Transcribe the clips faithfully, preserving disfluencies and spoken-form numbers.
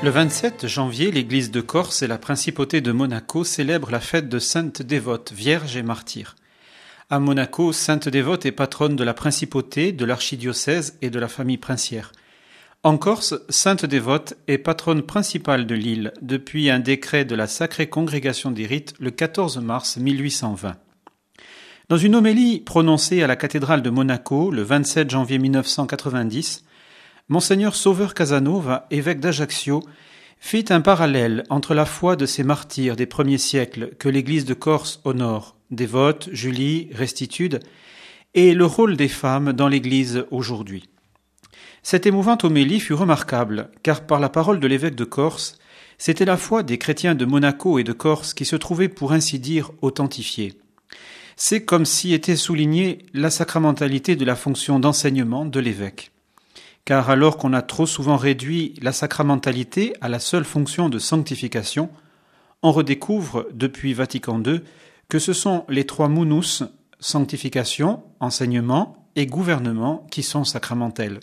Le vingt-sept janvier, l'église de Corse et la principauté de Monaco célèbrent la fête de Sainte Dévote, vierge et martyre. À Monaco, Sainte Dévote est patronne de la principauté, de l'archidiocèse et de la famille princière. En Corse, Sainte Dévote est patronne principale de l'île depuis un décret de la Sacrée Congrégation des Rites le quatorze mars mille huit cent vingt. Dans une homélie prononcée à la cathédrale de Monaco le vingt-sept janvier mille neuf cent quatre-vingt-dix, Monseigneur Sauveur Casanova, évêque d'Ajaccio, fit un parallèle entre la foi de ces martyrs des premiers siècles que l'Église de Corse honore, Dévote, Julie, Restitude, et le rôle des femmes dans l'Église aujourd'hui. Cette émouvante homélie fut remarquable, car par la parole de l'évêque de Corse, c'était la foi des chrétiens de Monaco et de Corse qui se trouvait pour ainsi dire authentifiée. C'est comme si était soulignée la sacramentalité de la fonction d'enseignement de l'évêque. Car alors qu'on a trop souvent réduit la sacramentalité à la seule fonction de sanctification, on redécouvre, depuis Vatican deux, que ce sont les trois munus, sanctification, enseignement et gouvernement, qui sont sacramentels.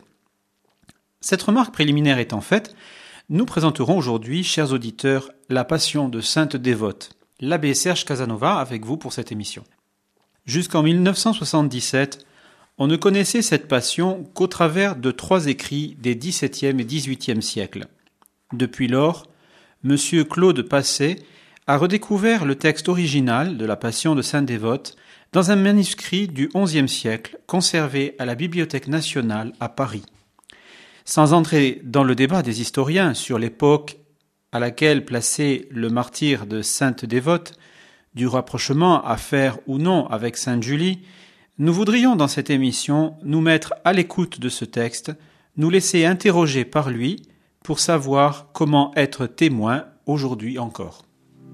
Cette remarque préliminaire étant faite, nous présenterons aujourd'hui, chers auditeurs, la Passion de Sainte Dévote. L'abbé Serge Casanova avec vous pour cette émission. Jusqu'en mille neuf cent soixante-dix-sept, on ne connaissait cette passion qu'au travers de trois écrits des dix-septième et dix-huitième siècles. Depuis lors, M. Claude Passet a redécouvert le texte original de la Passion de Sainte Dévote dans un manuscrit du onzième siècle conservé à la Bibliothèque nationale à Paris. Sans entrer dans le débat des historiens sur l'époque à laquelle placer le martyre de Sainte Dévote, du rapprochement à faire ou non avec Sainte Julie, nous voudrions dans cette émission nous mettre à l'écoute de ce texte, nous laisser interroger par lui pour savoir comment être témoin aujourd'hui encore.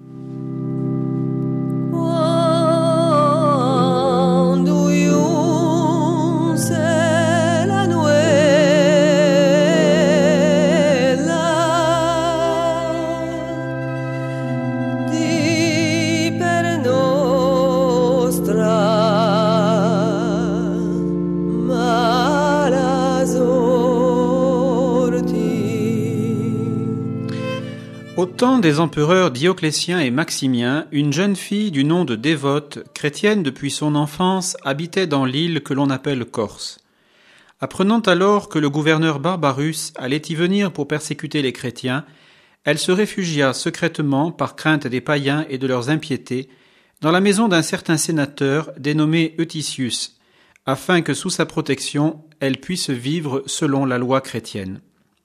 Au temps des empereurs Dioclétien et Maximien, une jeune fille du nom de Dévote, chrétienne depuis son enfance, habitait dans l'île que l'on appelle Corse. Apprenant alors que le gouverneur Barbarus allait y venir pour persécuter les chrétiens, elle se réfugia secrètement par crainte des païens et de leurs impiétés dans la maison d'un certain sénateur dénommé Eutychius, afin que sous sa protection, elle puisse vivre selon la loi chrétienne.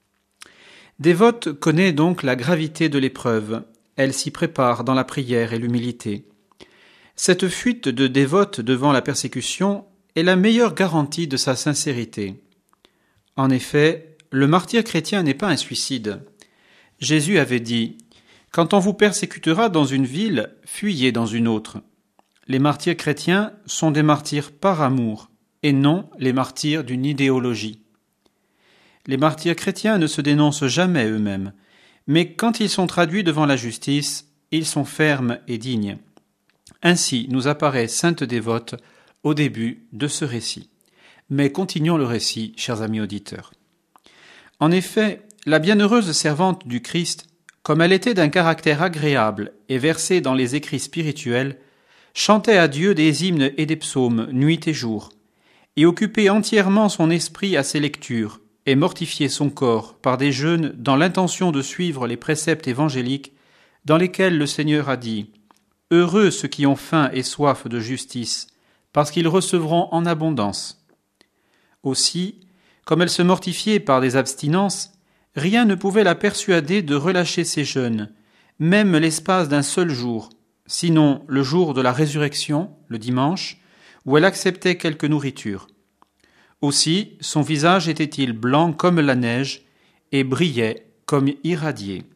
Dévote connaît donc la gravité de l'épreuve. Elle s'y prépare dans la prière et l'humilité. Cette fuite de Dévote devant la persécution est la meilleure garantie de sa sincérité. En effet, le martyre chrétien n'est pas un suicide. Jésus avait dit « Quand on vous persécutera dans une ville, fuyez dans une autre ». Les martyrs chrétiens sont des martyrs par amour et non les martyrs d'une idéologie. Les martyrs chrétiens ne se dénoncent jamais eux-mêmes, mais quand ils sont traduits devant la justice, ils sont fermes et dignes. Ainsi nous apparaît Sainte Dévote au début de ce récit. Mais continuons le récit, chers amis auditeurs. En effet, la bienheureuse servante du Christ, comme elle était d'un caractère agréable et versée dans les écrits spirituels, chantait à Dieu des hymnes et des psaumes nuit et jour, et occupait entièrement son esprit à ses lectures, et mortifier son corps par des jeûnes dans l'intention de suivre les préceptes évangéliques dans lesquels le Seigneur a dit « Heureux ceux qui ont faim et soif de justice, parce qu'ils recevront en abondance. » Aussi, comme elle se mortifiait par des abstinences, rien ne pouvait la persuader de relâcher ses jeûnes, même l'espace d'un seul jour, sinon le jour de la résurrection, le dimanche, où elle acceptait quelque nourriture. Aussi, son visage était-il blanc comme la neige et brillait comme irradié.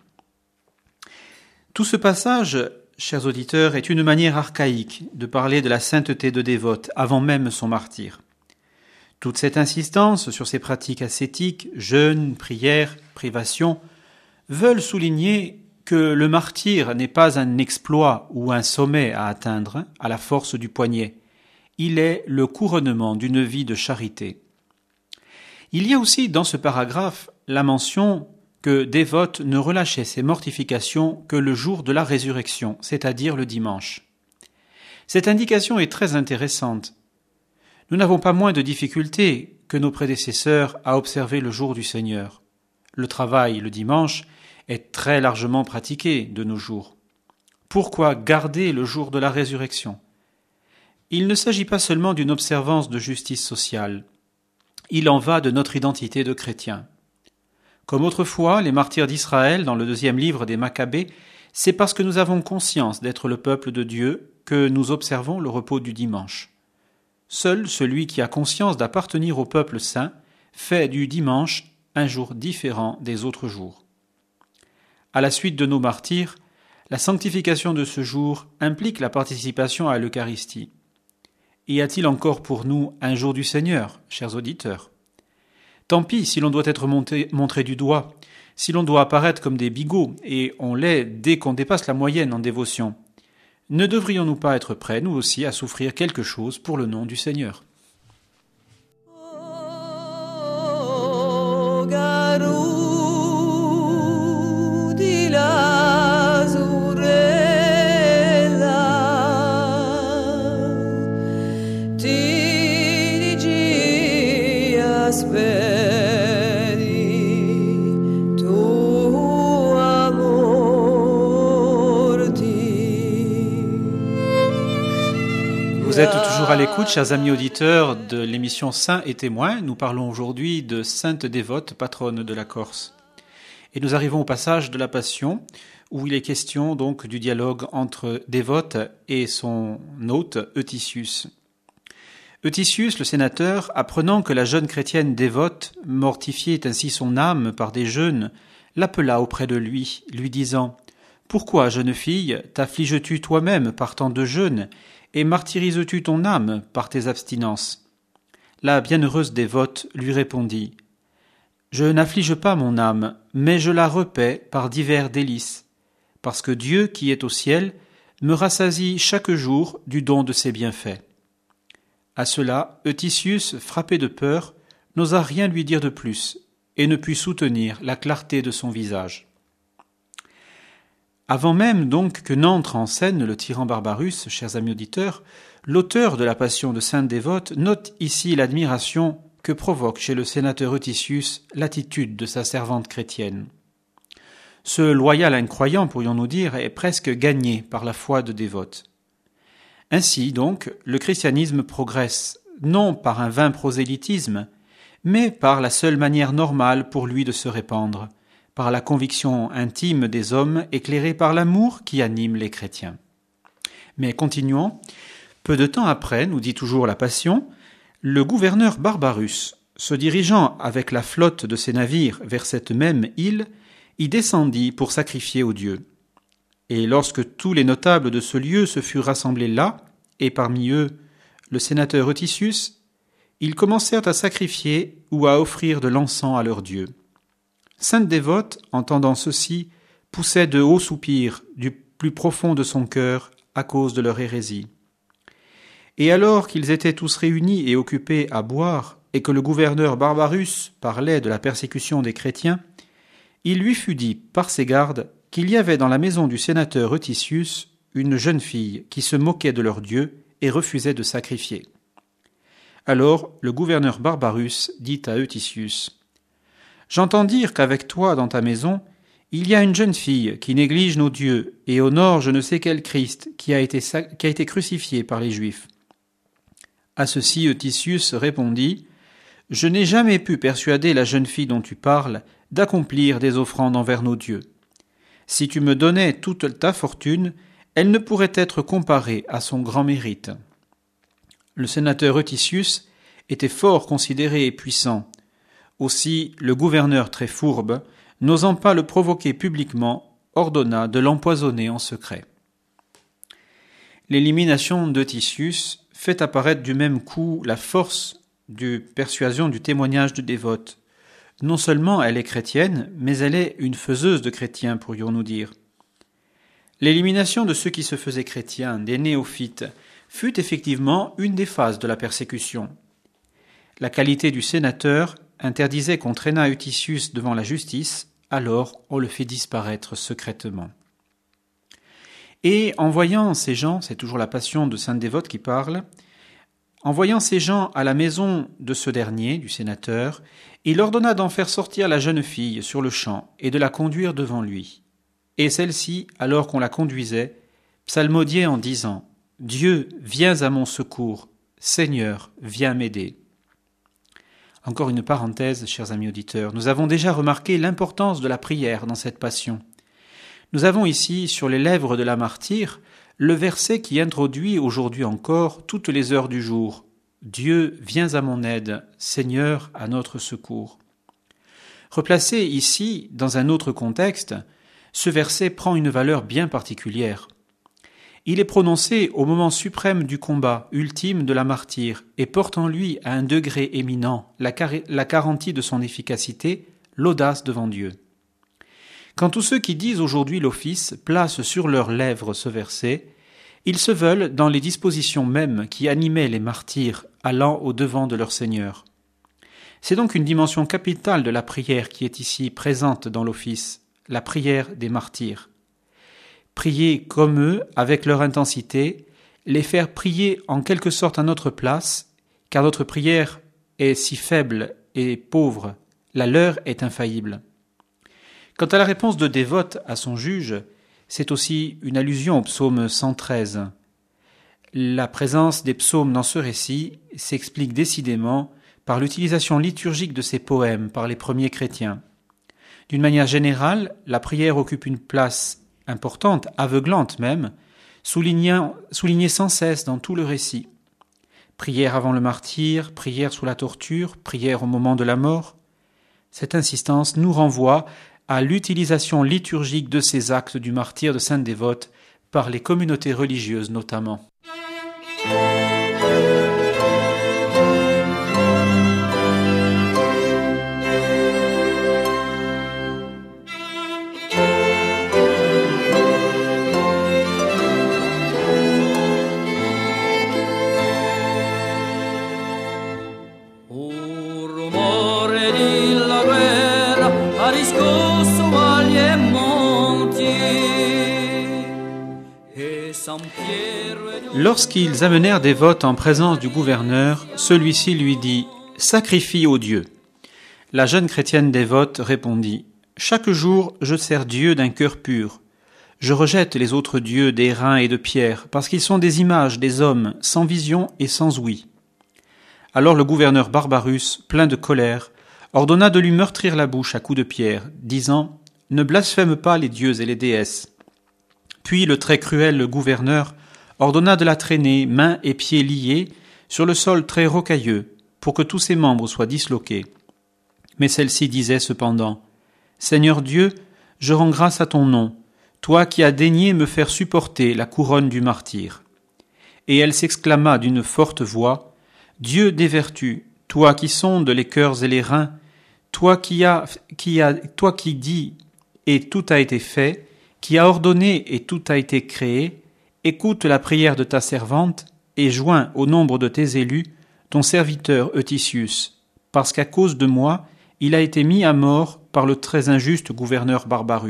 Tout ce passage, chers auditeurs, est une manière archaïque de parler de la sainteté de Dévote avant même son martyre. Toute cette insistance sur ses pratiques ascétiques, jeûne, prière, privation, veulent souligner que le martyre n'est pas un exploit ou un sommet à atteindre à la force du poignet. Il est le couronnement d'une vie de charité. Il y a aussi dans ce paragraphe la mention que Dévote ne relâchait ses mortifications que le jour de la résurrection, c'est-à-dire le dimanche. Cette indication est très intéressante. Nous n'avons pas moins de difficultés que nos prédécesseurs à observer le jour du Seigneur. Le travail, le dimanche, est très largement pratiqué de nos jours. Pourquoi garder le jour de la résurrection ? Il ne s'agit pas seulement d'une observance de justice sociale. Il en va de notre identité de chrétien. Comme autrefois, les martyrs d'Israël, dans le deuxième livre des Maccabées, c'est parce que nous avons conscience d'être le peuple de Dieu que nous observons le repos du dimanche. Seul celui qui a conscience d'appartenir au peuple saint fait du dimanche un jour différent des autres jours. À la suite de nos martyrs, la sanctification de ce jour implique la participation à l'Eucharistie. Y a-t-il encore pour nous un jour du Seigneur, chers auditeurs ? Tant pis si l'on doit être monté, montré du doigt, si l'on doit apparaître comme des bigots, et on l'est dès qu'on dépasse la moyenne en dévotion. Ne devrions-nous pas être prêts, nous aussi, à souffrir quelque chose pour le nom du Seigneur ? Vous êtes toujours à l'écoute, chers amis auditeurs, de l'émission Saints et témoins. Nous parlons aujourd'hui de Sainte Dévote, patronne de la Corse. Et nous arrivons au passage de la Passion, où il est question donc du dialogue entre Dévote et son hôte Eutychius. Eutychius, le sénateur, apprenant que la jeune chrétienne Dévote mortifiait ainsi son âme par des jeûnes, l'appela auprès de lui, lui disant « Pourquoi, jeune fille, t'affliges-tu toi-même par tant de jeûnes et martyrises-tu ton âme par tes abstinences ?» La bienheureuse Dévote lui répondit « Je n'afflige pas mon âme, mais je la repais par divers délices, parce que Dieu qui est au ciel me rassasie chaque jour du don de ses bienfaits. » À cela, Eutychius, frappé de peur, n'osa rien lui dire de plus et ne put soutenir la clarté de son visage. Avant même donc que n'entre en scène le tyran Barbarus, chers amis auditeurs, l'auteur de la Passion de Sainte Dévote note ici l'admiration que provoque chez le sénateur Eutychius l'attitude de sa servante chrétienne. Ce loyal incroyant, pourrions-nous dire, est presque gagné par la foi de Dévote. Ainsi, donc, le christianisme progresse, non par un vain prosélytisme, mais par la seule manière normale pour lui de se répandre, par la conviction intime des hommes éclairée par l'amour qui anime les chrétiens. Mais continuons. Peu de temps après, nous dit toujours la Passion, le gouverneur Barbarus, se dirigeant avec la flotte de ses navires vers cette même île, y descendit pour sacrifier aux dieux. Et lorsque tous les notables de ce lieu se furent rassemblés là, et parmi eux le sénateur Eutychius, ils commencèrent à sacrifier ou à offrir de l'encens à leurs dieux. Sainte Dévote, entendant ceci, poussait de hauts soupirs du plus profond de son cœur à cause de leur hérésie. Et alors qu'ils étaient tous réunis et occupés à boire, et que le gouverneur Barbarus parlait de la persécution des chrétiens, il lui fut dit par ses gardes qu'il y avait dans la maison du sénateur Eutychius une jeune fille qui se moquait de leur Dieu et refusait de sacrifier. Alors le gouverneur Barbarus dit à Eutychius « J'entends dire qu'avec toi dans ta maison, il y a une jeune fille qui néglige nos dieux et honore je ne sais quel Christ qui a été, qui a été crucifié par les Juifs. » À ceci Eutychius répondit « Je n'ai jamais pu persuader la jeune fille dont tu parles d'accomplir des offrandes envers nos dieux. Si tu me donnais toute ta fortune, elle ne pourrait être comparée à son grand mérite. » Le sénateur Eutychius était fort considéré et puissant. Aussi, le gouverneur très fourbe, n'osant pas le provoquer publiquement, ordonna de l'empoisonner en secret. L'élimination d'Eutychius fait apparaître du même coup la force de persuasion du témoignage de Dévote. Non seulement elle est chrétienne, mais elle est une faiseuse de chrétiens, pourrions-nous dire. L'élimination de ceux qui se faisaient chrétiens, des néophytes, fut effectivement une des phases de la persécution. La qualité du sénateur interdisait qu'on traînât Eutychius devant la justice, alors on le fait disparaître secrètement. Et en voyant ces gens, c'est toujours la passion de sainte dévote qui parle, en voyant ces gens à la maison de ce dernier, du sénateur, il ordonna d'en faire sortir la jeune fille sur le champ et de la conduire devant lui. Et celle-ci, alors qu'on la conduisait, psalmodiait en disant « Dieu, viens à mon secours, Seigneur, viens m'aider ». Encore une parenthèse, chers amis auditeurs, nous avons déjà remarqué l'importance de la prière dans cette passion. Nous avons ici, sur les lèvres de la martyre, le verset qui introduit aujourd'hui encore toutes les heures du jour. Dieu, viens à mon aide, Seigneur, à notre secours. Replacé ici, dans un autre contexte, ce verset prend une valeur bien particulière. Il est prononcé au moment suprême du combat ultime de la martyre et porte en lui à un degré éminent la, car- la garantie de son efficacité, l'audace devant Dieu. Quand tous ceux qui disent aujourd'hui l'office placent sur leurs lèvres ce verset, ils se veulent dans les dispositions mêmes qui animaient les martyrs allant au-devant de leur Seigneur. C'est donc une dimension capitale de la prière qui est ici présente dans l'office, la prière des martyrs. Prier comme eux, avec leur intensité, les faire prier en quelque sorte à notre place, car notre prière est si faible et pauvre, la leur est infaillible. Quant à la réponse de dévote à son juge, c'est aussi une allusion au psaume cent treize. La présence des psaumes dans ce récit s'explique décidément par l'utilisation liturgique de ces poèmes par les premiers chrétiens. D'une manière générale, la prière occupe une place importante, aveuglante même, soulignant, soulignée sans cesse dans tout le récit. Prière avant le martyre, prière sous la torture, prière au moment de la mort. Cette insistance nous renvoie à l'utilisation liturgique de ces actes du martyre de sainte dévote par les communautés religieuses notamment. Lorsqu'ils amenèrent dévote en présence du gouverneur, celui-ci lui dit « Sacrifie au Dieu ». La jeune chrétienne dévote répondit « Chaque jour, je sers Dieu d'un cœur pur. Je rejette les autres dieux d'airain et de pierre, parce qu'ils sont des images des hommes, sans vision et sans ouïe. » Alors le gouverneur Barbarus, plein de colère, ordonna de lui meurtrir la bouche à coups de pierre, disant « Ne blasphème pas les dieux et les déesses. » Puis le très cruel gouverneur ordonna de la traîner, mains et pieds liés, sur le sol très rocailleux, pour que tous ses membres soient disloqués. Mais celle-ci disait cependant « Seigneur Dieu, je rends grâce à ton nom, toi qui as daigné me faire supporter la couronne du martyre. » Et elle s'exclama d'une forte voix « Dieu des vertus, toi qui sondes les cœurs et les reins, toi qui as, qui a, toi qui dis et tout a été fait, qui a ordonné et tout a été créé, écoute la prière de ta servante et joins au nombre de tes élus ton serviteur Eutychius, parce qu'à cause de moi, il a été mis à mort par le très injuste gouverneur Barbarus. »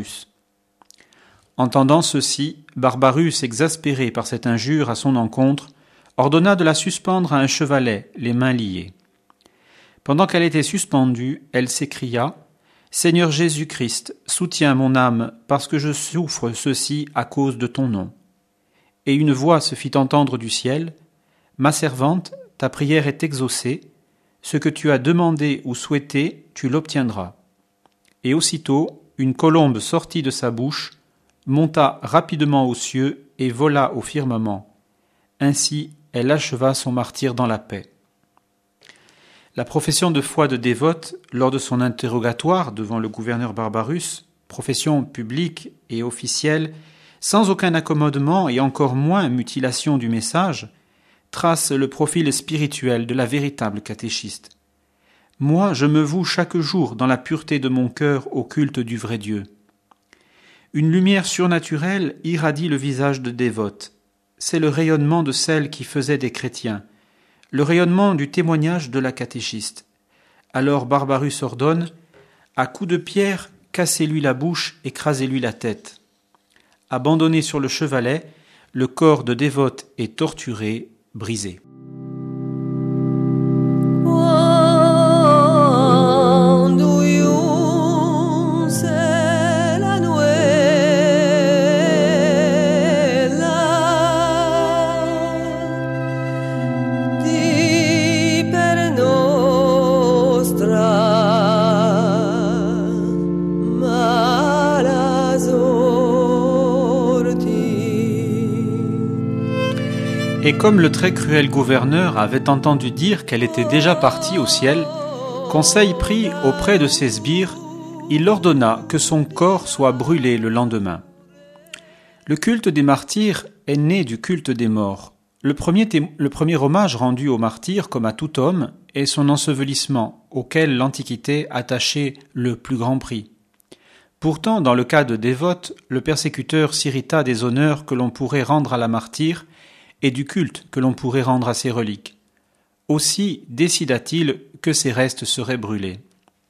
Entendant ceci, Barbarus, exaspéré par cette injure à son encontre, ordonna de la suspendre à un chevalet, les mains liées. Pendant qu'elle était suspendue, elle s'écria « Seigneur Jésus-Christ, soutiens mon âme, parce que je souffre ceci à cause de ton nom. » Et une voix se fit entendre du ciel « Ma servante, ta prière est exaucée, ce que tu as demandé ou souhaité, tu l'obtiendras. » Et aussitôt, une colombe sortit de sa bouche, monta rapidement aux cieux et vola au firmament. Ainsi, elle acheva son martyre dans la paix. La profession de foi de dévote, lors de son interrogatoire devant le gouverneur Barbarus, profession publique et officielle, sans aucun accommodement et encore moins mutilation du message, trace le profil spirituel de la véritable catéchiste. Moi, je me voue chaque jour dans la pureté de mon cœur au culte du vrai Dieu. Une lumière surnaturelle irradie le visage de dévote. C'est le rayonnement de celle qui faisait des chrétiens, le rayonnement du témoignage de la catéchiste. Alors Barbarus ordonne « À coups de pierre, cassez-lui la bouche, écrasez-lui la tête. Abandonné sur le chevalet, le corps de Dévote est torturé, brisé. Et comme le très cruel gouverneur avait entendu dire qu'elle était déjà partie au ciel, conseil pris auprès de ses sbires, il ordonna que son corps soit brûlé le lendemain. Le culte des martyrs est né du culte des morts. Le premier, té- le premier hommage rendu aux martyrs, comme à tout homme, est son ensevelissement, auquel l'Antiquité attachait le plus grand prix. Pourtant, dans le cas de Dévote, le persécuteur s'irrita des honneurs que l'on pourrait rendre à la martyre et du culte que l'on pourrait rendre à ses reliques. Aussi décida-t-il que ses restes seraient brûlés.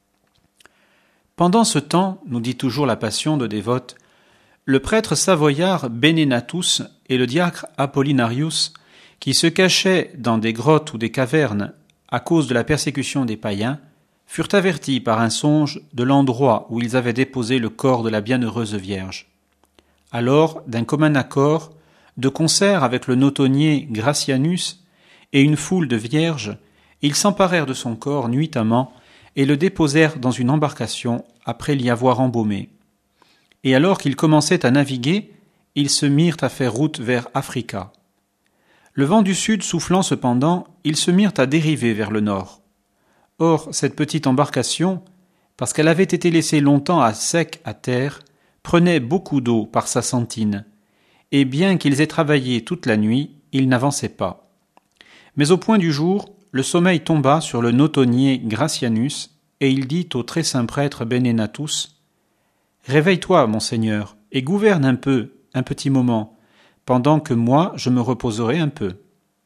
Pendant ce temps, nous dit toujours la Passion de Dévote, le prêtre savoyard Benenatus et le diacre Apollinarius, qui se cachaient dans des grottes ou des cavernes à cause de la persécution des païens, furent avertis par un songe de l'endroit où ils avaient déposé le corps de la bienheureuse Vierge. Alors, d'un commun accord, de concert avec le notonnier Gracianus et une foule de vierges, ils s'emparèrent de son corps nuitamment et le déposèrent dans une embarcation après l'y avoir embaumé. Et alors qu'ils commençaient à naviguer, ils se mirent à faire route vers Africa. Le vent du sud soufflant cependant, ils se mirent à dériver vers le nord. Or, cette petite embarcation, parce qu'elle avait été laissée longtemps à sec à terre, prenait beaucoup d'eau par sa sentine, et bien qu'ils aient travaillé toute la nuit, ils n'avançaient pas. Mais au point du jour, le sommeil tomba sur le notonnier Gracianus, et il dit au très saint prêtre Benenatus, « Réveille-toi, monseigneur, et gouverne un peu, un petit moment, pendant que moi je me reposerai un peu. »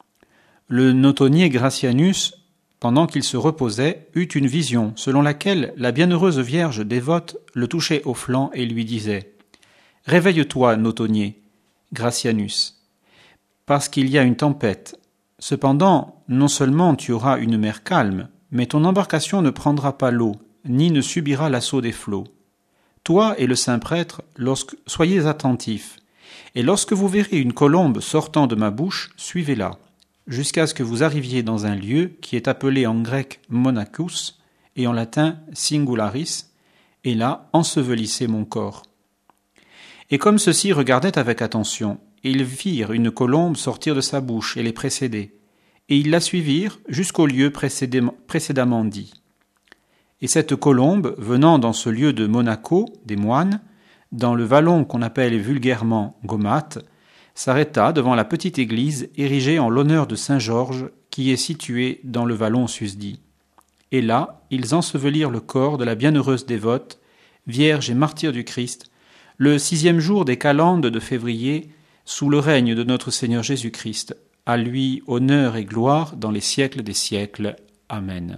Le notonnier Gracianus, pendant qu'il se reposait, eut une vision, selon laquelle la bienheureuse Vierge Dévote le touchait au flanc et lui disait « Réveille-toi, notonnier, Gracianus, parce qu'il y a une tempête. Cependant, non seulement tu auras une mer calme, mais ton embarcation ne prendra pas l'eau, ni ne subira l'assaut des flots. Toi et le saint prêtre, lorsque, soyez attentifs, et lorsque vous verrez une colombe sortant de ma bouche, suivez-la, jusqu'à ce que vous arriviez dans un lieu qui est appelé en grec monachus et en latin singularis, et là ensevelissez mon corps. Et comme ceux-ci regardaient avec attention, ils virent une colombe sortir de sa bouche et les précéder, et ils la suivirent jusqu'au lieu précédemment, précédemment dit. Et cette colombe, venant dans ce lieu de Monaco, des moines, dans le vallon qu'on appelle vulgairement Gomate, s'arrêta devant la petite église érigée en l'honneur de saint Georges, qui est située dans le vallon susdit. Et là, ils ensevelirent le corps de la bienheureuse Dévote, vierge et martyre du Christ, le sixième jour des calendes de février, sous le règne de notre Seigneur Jésus-Christ. À lui honneur et gloire dans les siècles des siècles. Amen.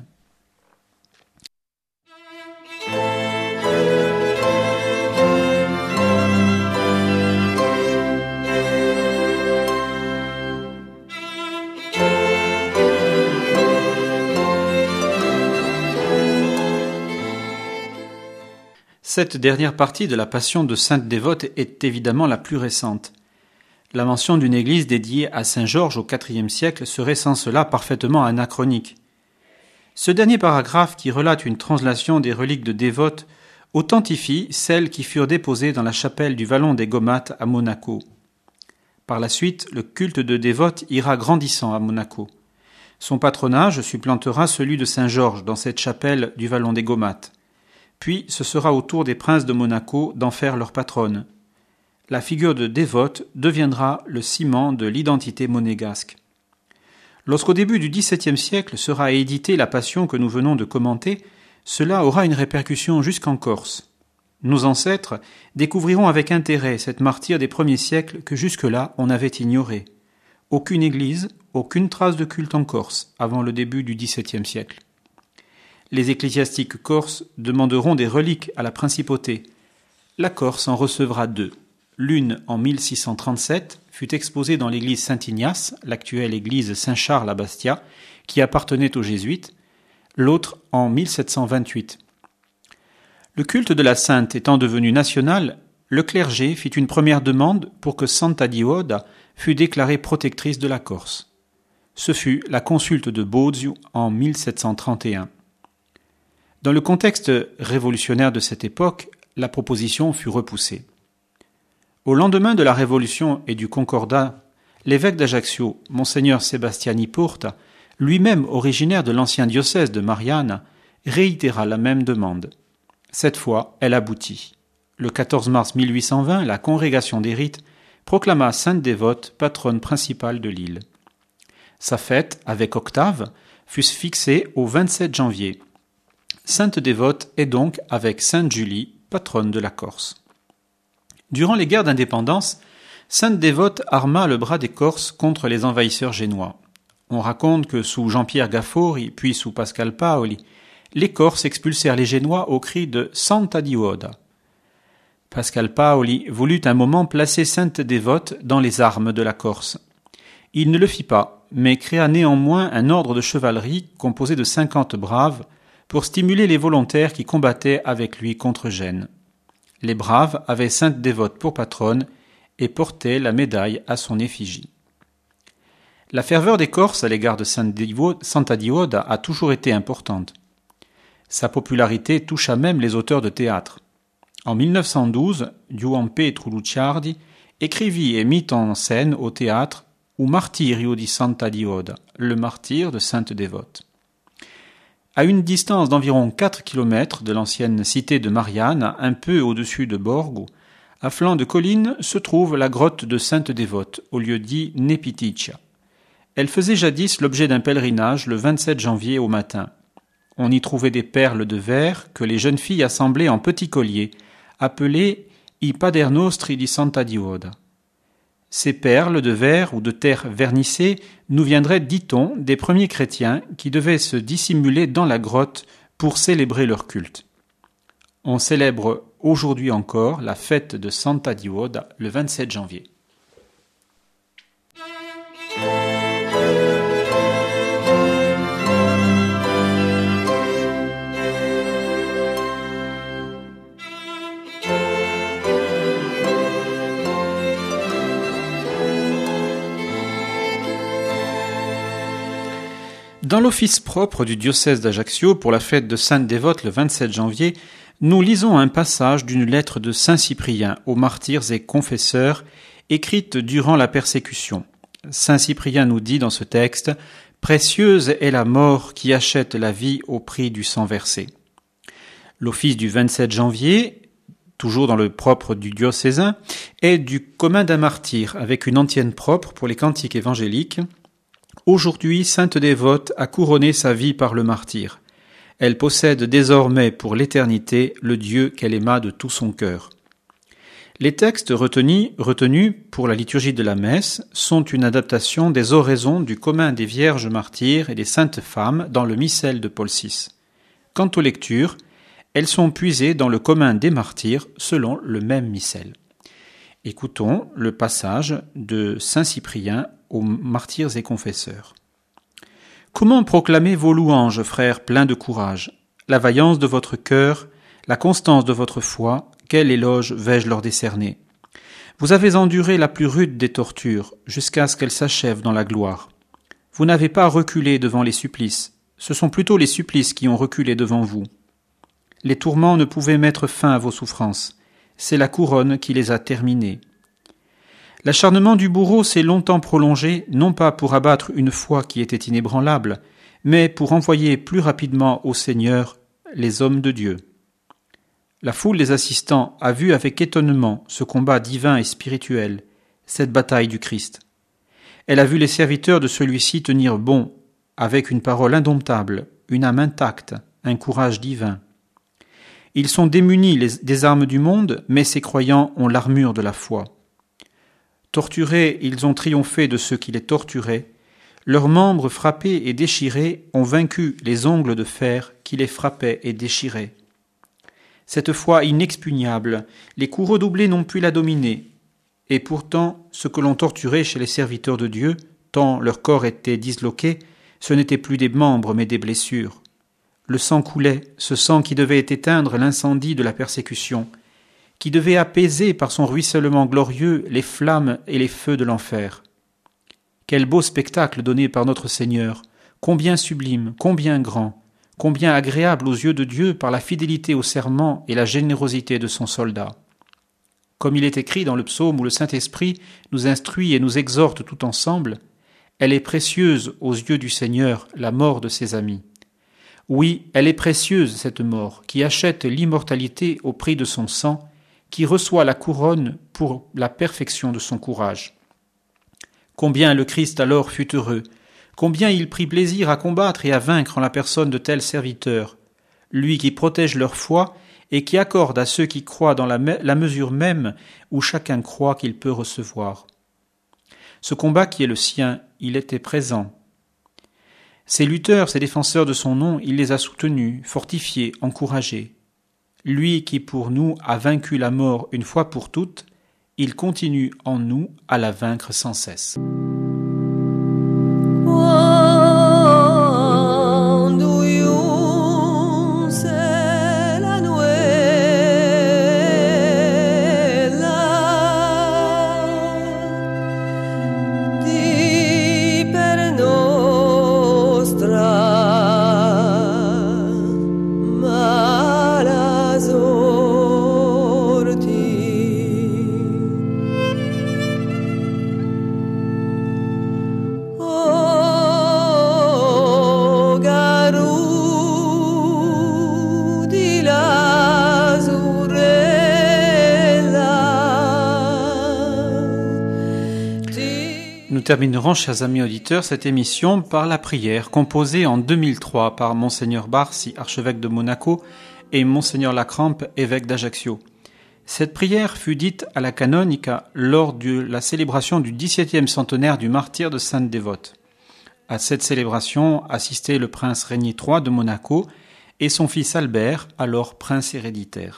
Cette dernière partie de la Passion de Sainte Dévote est évidemment la plus récente. La mention d'une église dédiée à saint Georges au quatrième siècle serait sans cela parfaitement anachronique. Ce dernier paragraphe, qui relate une translation des reliques de Dévote, authentifie celles qui furent déposées dans la chapelle du Vallon des Gomates à Monaco. Par la suite, le culte de Dévote ira grandissant à Monaco. Son patronage supplantera celui de saint Georges dans cette chapelle du Vallon des Gomates. Puis ce sera au tour des princes de Monaco d'en faire leur patronne. La figure de Dévote deviendra le ciment de l'identité monégasque. Lorsqu'au début du dix-septième siècle sera éditée la Passion que nous venons de commenter, cela aura une répercussion jusqu'en Corse. Nos ancêtres découvriront avec intérêt cette martyre des premiers siècles que jusque-là on avait ignorée. Aucune église, aucune trace de culte en Corse avant le début du dix-septième siècle. les ecclésiastiques corses demanderont des reliques à la principauté. La Corse en recevra deux. L'une, en mille six cent trente-sept, fut exposée dans l'église Saint-Ignace, l'actuelle église Saint-Charles à Bastia, qui appartenait aux jésuites, l'autre en mille sept cent vingt-huit. Le culte de la sainte étant devenu national, le clergé fit une première demande pour que Santa Dioda fût déclarée protectrice de la Corse. Ce fut la consulte de Bozio en mille sept cent trente et un. Dans le contexte révolutionnaire de cette époque, la proposition fut repoussée. Au lendemain de la Révolution et du Concordat, l'évêque d'Ajaccio, Monseigneur Sebastiani Porta, lui-même originaire de l'ancien diocèse de Mariana, réitéra la même demande. Cette fois, elle aboutit. Le quatorze mars mille huit cent vingt, la Congrégation des Rites proclama Sainte Dévote patronne principale de l'île. Sa fête, avec octave, fut fixée au vingt-sept janvier. Sainte Dévote est donc, avec Sainte Julie, patronne de la Corse. Durant les guerres d'indépendance, Sainte Dévote arma le bras des Corses contre les envahisseurs génois. On raconte que sous Jean-Pierre Gaffori, puis sous Pascal Paoli, les Corses expulsèrent les Génois au cri de Santa Dioda. Pascal Paoli voulut un moment placer Sainte Dévote dans les armes de la Corse. Il ne le fit pas, mais créa néanmoins un ordre de chevalerie composé de cinquante braves pour stimuler les volontaires qui combattaient avec lui contre Gênes. Les braves avaient Sainte Dévote pour patronne et portaient la médaille à son effigie. La ferveur des Corses à l'égard de Santa Dioda a toujours été importante. Sa popularité toucha même les auteurs de théâtre. En mille neuf cent douze, Giuseppe Trucciardi écrivit et mit en scène au théâtre Un martirio di Santa Dioda, le martyre de Sainte Dévote. À une distance d'environ quatre kilomètres de l'ancienne cité de Mariana, un peu au-dessus de Borgo, à flanc de colline se trouve la grotte de Sainte Dévote, au lieu dit Nepiticcia. Elle faisait jadis l'objet d'un pèlerinage le vingt-sept janvier au matin. On y trouvait des perles de verre que les jeunes filles assemblaient en petits colliers, appelés I Padernostri di Santa Dioda. Ces perles de verre ou de terre vernissée nous viendraient, dit-on, des premiers chrétiens qui devaient se dissimuler dans la grotte pour célébrer leur culte. On célèbre aujourd'hui encore la fête de Santa Dioda le vingt-sept janvier. Dans l'office propre du diocèse d'Ajaccio pour la fête de Sainte Dévote le vingt-sept janvier, nous lisons un passage d'une lettre de Saint Cyprien aux martyrs et confesseurs écrite durant la persécution. Saint Cyprien nous dit dans ce texte « Précieuse est la mort qui achète la vie au prix du sang versé ». L'office du vingt-sept janvier, toujours dans le propre du diocésain, est du commun d'un martyr avec une antienne propre pour les cantiques évangéliques. Aujourd'hui, Sainte Dévote a couronné sa vie par le martyre. Elle possède désormais pour l'éternité le Dieu qu'elle aima de tout son cœur. Les textes retenus, retenus pour la liturgie de la messe sont une adaptation des oraisons du commun des vierges martyrs et des saintes femmes dans le missel de Paul six. Quant aux lectures, elles sont puisées dans le commun des martyrs selon le même missel. Écoutons le passage de Saint Cyprien aux martyrs et confesseurs. Comment proclamer vos louanges, frères, pleins de courage, la vaillance de votre cœur, la constance de votre foi, quel éloge vais-je leur décerner? Vous avez enduré la plus rude des tortures, jusqu'à ce qu'elle s'achève dans la gloire. Vous n'avez pas reculé devant les supplices, ce sont plutôt les supplices qui ont reculé devant vous. Les tourments ne pouvaient mettre fin à vos souffrances, c'est la couronne qui les a terminées. L'acharnement du bourreau s'est longtemps prolongé, non pas pour abattre une foi qui était inébranlable, mais pour envoyer plus rapidement au Seigneur les hommes de Dieu. La foule des assistants a vu avec étonnement ce combat divin et spirituel, cette bataille du Christ. Elle a vu les serviteurs de celui-ci tenir bon, avec une parole indomptable, une âme intacte, un courage divin. Ils sont démunis les, des armes du monde, mais ces croyants ont l'armure de la foi. Torturés, ils ont triomphé de ceux qui les torturaient. Leurs membres frappés et déchirés ont vaincu les ongles de fer qui les frappaient et déchiraient. Cette foi inexpugnable, les coups redoublés n'ont pu la dominer. Et pourtant, ce que l'on torturait chez les serviteurs de Dieu, tant leur corps était disloqué, ce n'étaient plus des membres mais des blessures. Le sang coulait, ce sang qui devait éteindre l'incendie de la persécution, qui devait apaiser par son ruissellement glorieux les flammes et les feux de l'enfer. Quel beau spectacle donné par notre Seigneur, combien sublime, combien grand, combien agréable aux yeux de Dieu par la fidélité au serment et la générosité de son soldat. Comme il est écrit dans le psaume où le Saint-Esprit nous instruit et nous exhorte tout ensemble, elle est précieuse aux yeux du Seigneur, la mort de ses amis. Oui, elle est précieuse, cette mort, qui achète l'immortalité au prix de son sang, qui reçoit la couronne pour la perfection de son courage. Combien le Christ alors fut heureux, combien il prit plaisir à combattre et à vaincre en la personne de tels serviteurs, lui qui protège leur foi et qui accorde à ceux qui croient dans la, me- la mesure même où chacun croit qu'il peut recevoir. Ce combat qui est le sien, il était présent. Ces lutteurs, ces défenseurs de son nom, il les a soutenus, fortifiés, encouragés. Lui qui pour nous a vaincu la mort une fois pour toutes, il continue en nous à la vaincre sans cesse. Nous terminerons, chers amis auditeurs, cette émission par la prière composée en deux mille trois par Monseigneur Barsi, archevêque de Monaco, et Monseigneur Lacrampe, évêque d'Ajaccio. Cette prière fut dite à la Canonica lors de la célébration du dix-septième centenaire du martyre de Sainte-Dévote. À cette célébration assistaient le prince Régnier trois de Monaco et son fils Albert, alors prince héréditaire.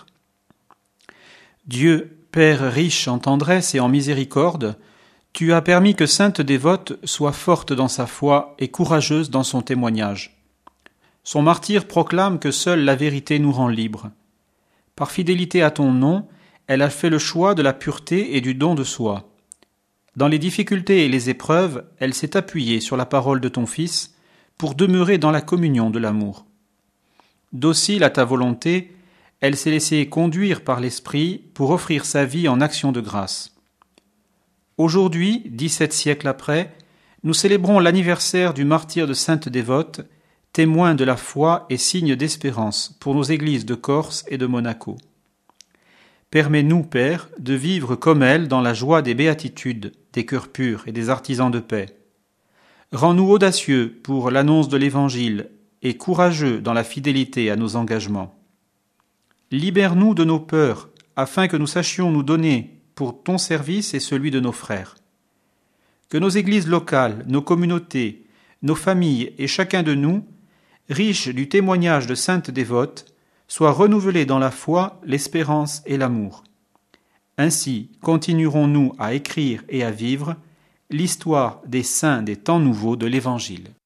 Dieu, Père riche en tendresse et en miséricorde, tu as permis que Sainte Dévote soit forte dans sa foi et courageuse dans son témoignage. Son martyre proclame que seule la vérité nous rend libres. Par fidélité à ton nom, elle a fait le choix de la pureté et du don de soi. Dans les difficultés et les épreuves, elle s'est appuyée sur la parole de ton Fils pour demeurer dans la communion de l'amour. Docile à ta volonté, elle s'est laissée conduire par l'Esprit pour offrir sa vie en action de grâce. Aujourd'hui, dix-sept siècles après, nous célébrons l'anniversaire du martyre de Sainte Dévote, témoin de la foi et signe d'espérance pour nos églises de Corse et de Monaco. Permets-nous, Père, de vivre comme elle dans la joie des béatitudes, des cœurs purs et des artisans de paix. Rends-nous audacieux pour l'annonce de l'Évangile et courageux dans la fidélité à nos engagements. Libère-nous de nos peurs, afin que nous sachions nous donner pour ton service et celui de nos frères. Que nos églises locales, nos communautés, nos familles et chacun de nous, riches du témoignage de Sainte Dévote, soient renouvelés dans la foi, l'espérance et l'amour. Ainsi continuerons-nous à écrire et à vivre l'histoire des saints des temps nouveaux de l'Évangile.